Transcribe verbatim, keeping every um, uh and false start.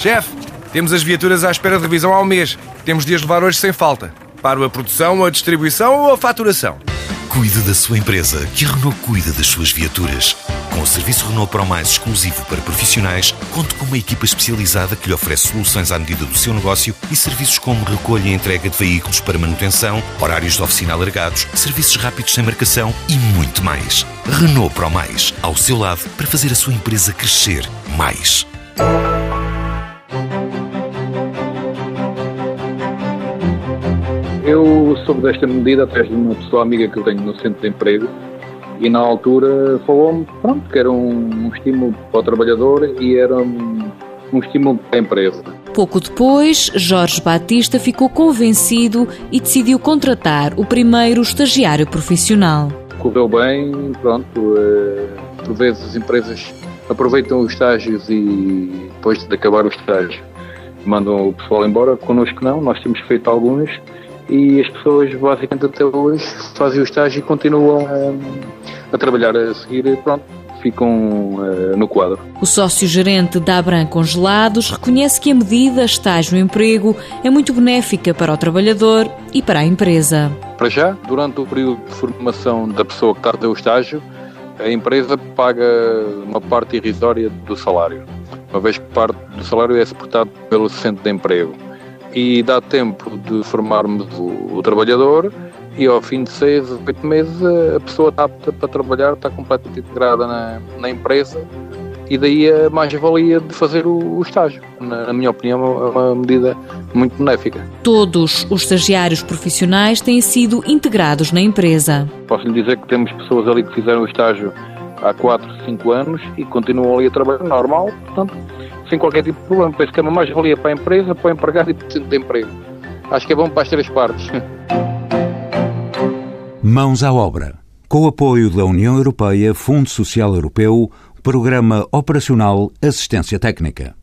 Chefe, temos as viaturas à espera de revisão há um mês. Temos de as levar hoje sem falta. Para a produção, a distribuição ou a faturação? Cuide da sua empresa, que a Renault cuida das suas viaturas. Com o serviço Renault Pro Mais exclusivo para profissionais, conte com uma equipa especializada que lhe oferece soluções à medida do seu negócio e serviços como recolha e entrega de veículos para manutenção, horários de oficina alargados, serviços rápidos sem marcação e muito mais. Renault Pro Mais, ao seu lado para fazer a sua empresa crescer mais. Eu soube desta medida através de uma pessoa amiga que eu tenho no centro de emprego e na altura falou-me pronto, que era um, um estímulo para o trabalhador e era um, um estímulo para a empresa. Pouco depois, Jorge Batista ficou convencido e decidiu contratar o primeiro estagiário profissional. Correu bem, pronto, por vezes as empresas aproveitam os estágios e depois de acabar o estágio mandam o pessoal embora, connosco não, nós temos feito alguns. E as pessoas, basicamente, até hoje, fazem o estágio e continuam a, a trabalhar a seguir, pronto, ficam uh, no quadro. O sócio-gerente da Abram Congelados reconhece que a medida Estágio Emprego é muito benéfica para o trabalhador e para a empresa. Para já, durante o período de formação da pessoa que está a fazer o estágio, a empresa paga uma parte irrisória do salário, uma vez que parte do salário é suportado pelo centro de emprego. E dá tempo de formarmos o, o trabalhador e ao fim de seis, oito meses a pessoa está apta para trabalhar, está completamente integrada na, na empresa e daí a mais-valia de fazer o, o estágio. Na, na minha opinião é uma medida muito benéfica. Todos os estagiários profissionais têm sido integrados na empresa. Posso lhe dizer que temos pessoas ali que fizeram o estágio há quatro, cinco anos e continuam ali a trabalhar normal, portanto, sem qualquer tipo de problema. Penso que é uma mais-valia para a empresa, para o empregado e para o centro de emprego. Acho que é bom para as três partes. Mãos à obra. Com o apoio da União Europeia, Fundo Social Europeu, Programa Operacional Assistência Técnica.